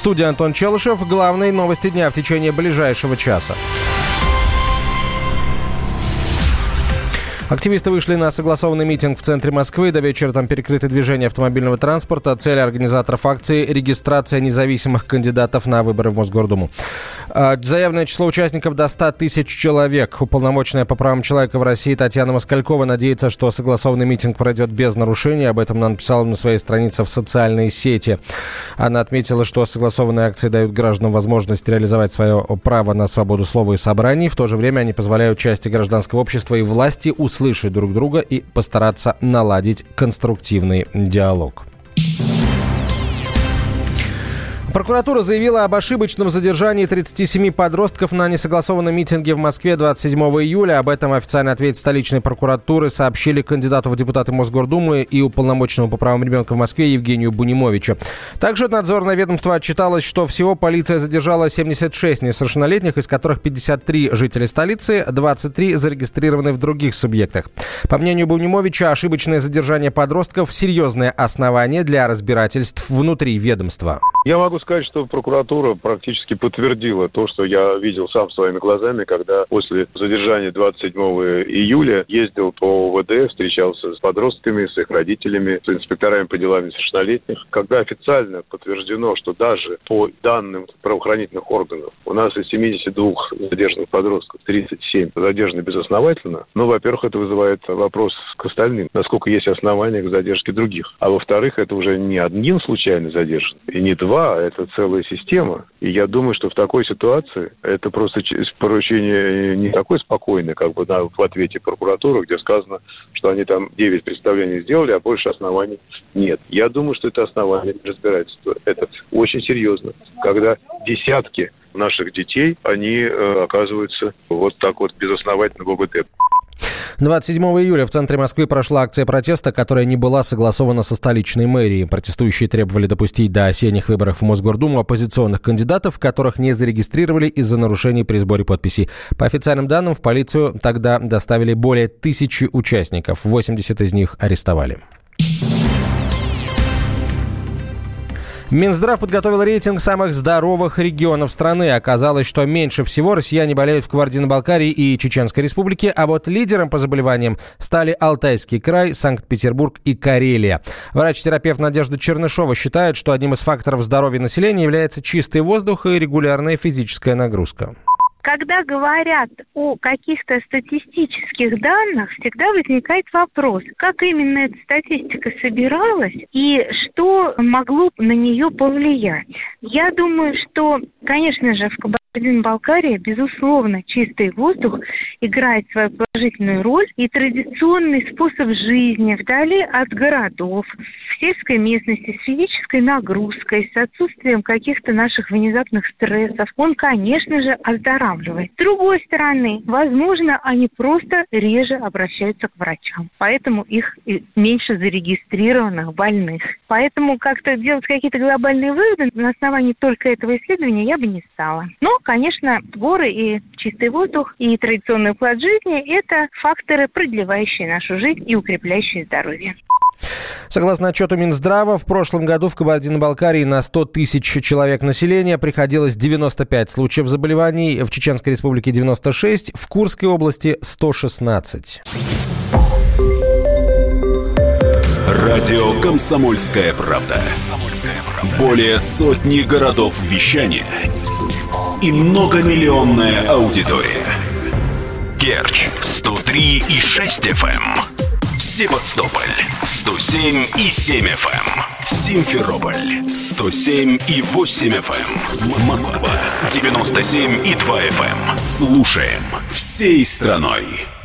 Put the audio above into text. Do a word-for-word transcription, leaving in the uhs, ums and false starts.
В студии Антон Челышев. Главные новости дня в течение ближайшего часа. Активисты вышли на согласованный митинг в центре Москвы. До вечера там перекрыты движения автомобильного транспорта. Цель организаторов акции – регистрация независимых кандидатов на выборы в Мосгордуму. Заявленное число участников до ста тысяч человек. Уполномоченная по правам человека в России Татьяна Москалькова надеется, что согласованный митинг пройдет без нарушений. Об этом она написала на своей странице в социальной сети. Она отметила, что согласованные акции дают гражданам возможность реализовать свое право на свободу слова и собраний. В то же время они позволяют части гражданского общества и власти услышать друг друга и постараться наладить конструктивный диалог. Прокуратура заявила об ошибочном задержании тридцати семи подростков на несогласованном митинге в Москве двадцать седьмого июля. Об этом официальный ответ столичной прокуратуры сообщили кандидату в депутаты Мосгордумы и уполномоченному по правам ребенка в Москве Евгению Бунимовичу. Также надзорное ведомство отчиталось, что всего полиция задержала семьдесят шесть несовершеннолетних, из которых пятьдесят три жители столицы, двадцать три зарегистрированы в других субъектах. По мнению Бунимовича, ошибочное задержание подростков – серьезное основание для разбирательств внутри ведомства. Я могу сказать, что прокуратура практически подтвердила то, что я видел сам своими глазами, когда после задержания двадцать седьмого июля ездил по ОВД, встречался с подростками, с их родителями, с инспекторами по делам несовершеннолетних. Когда официально подтверждено, что даже по данным правоохранительных органов у нас из семидесяти двух задержанных подростков тридцать семь задержаны безосновательно, ну, во-первых, это вызывает вопрос к остальным, насколько есть основания к задержке других. А во-вторых, это уже не один случайно задержан, и не два, это целая система. И я думаю, что в такой ситуации это просто поручение не такое спокойное, как бы на, в ответе прокуратуры, где сказано, что они там девять представлений сделали, а больше оснований нет. Я думаю, что это основание разбирательства. Это очень серьезно. Когда десятки наших детей, они э, оказываются вот так вот безосновательно в ОВД. двадцать седьмого июля в центре Москвы прошла акция протеста, которая не была согласована со столичной мэрией. Протестующие требовали допустить до осенних выборов в Мосгордуму оппозиционных кандидатов, которых не зарегистрировали из-за нарушений при сборе подписей. По официальным данным, в полицию тогда доставили более тысячи участников. восемьдесят из них арестовали. Минздрав подготовил рейтинг самых здоровых регионов страны. Оказалось, что меньше всего россияне болеют в Кабардино-Балкарии и Чеченской Республике, а вот лидером по заболеваниям стали Алтайский край, Санкт-Петербург и Карелия. Врач-терапевт Надежда Чернышова считает, что одним из факторов здоровья населения является чистый воздух и регулярная физическая нагрузка. Когда говорят о каких-то статистических данных, всегда возникает вопрос, как именно эта статистика собиралась и что могло на нее повлиять. Я думаю, что, конечно же, в Кабардино-Балкарии, безусловно, чистый воздух играет свою положительную роль, и традиционный способ жизни вдали от городов, в сельской местности, с физической нагрузкой, с отсутствием каких-то наших внезапных стрессов, он, конечно же, оздоравливает. С другой стороны, возможно, они просто реже обращаются к врачам, поэтому их меньше зарегистрированных больных. Поэтому как-то делать какие-то глобальные выводы на основании только этого исследования я бы не стала. Но, конечно, горы и чистый воздух, и традиционный уклад жизни – это факторы, продлевающие нашу жизнь и укрепляющие здоровье. Согласно отчету Минздрава, в прошлом году в Кабардино-Балкарии на сто тысяч человек населения приходилось девяносто пять случаев заболеваний, в Чеченской Республике девяносто шесть, в Курской области сто шестнадцать. Радио «Комсомольская правда». Более сотни городов вещания и многомиллионная аудитория. Керчь сто три и шесть эф эм. Севастополь сто семь и семь эф эм. Симферополь сто семь и восемь эф эм. Москва девяносто семь и два эф эм. Слушаем всей страной.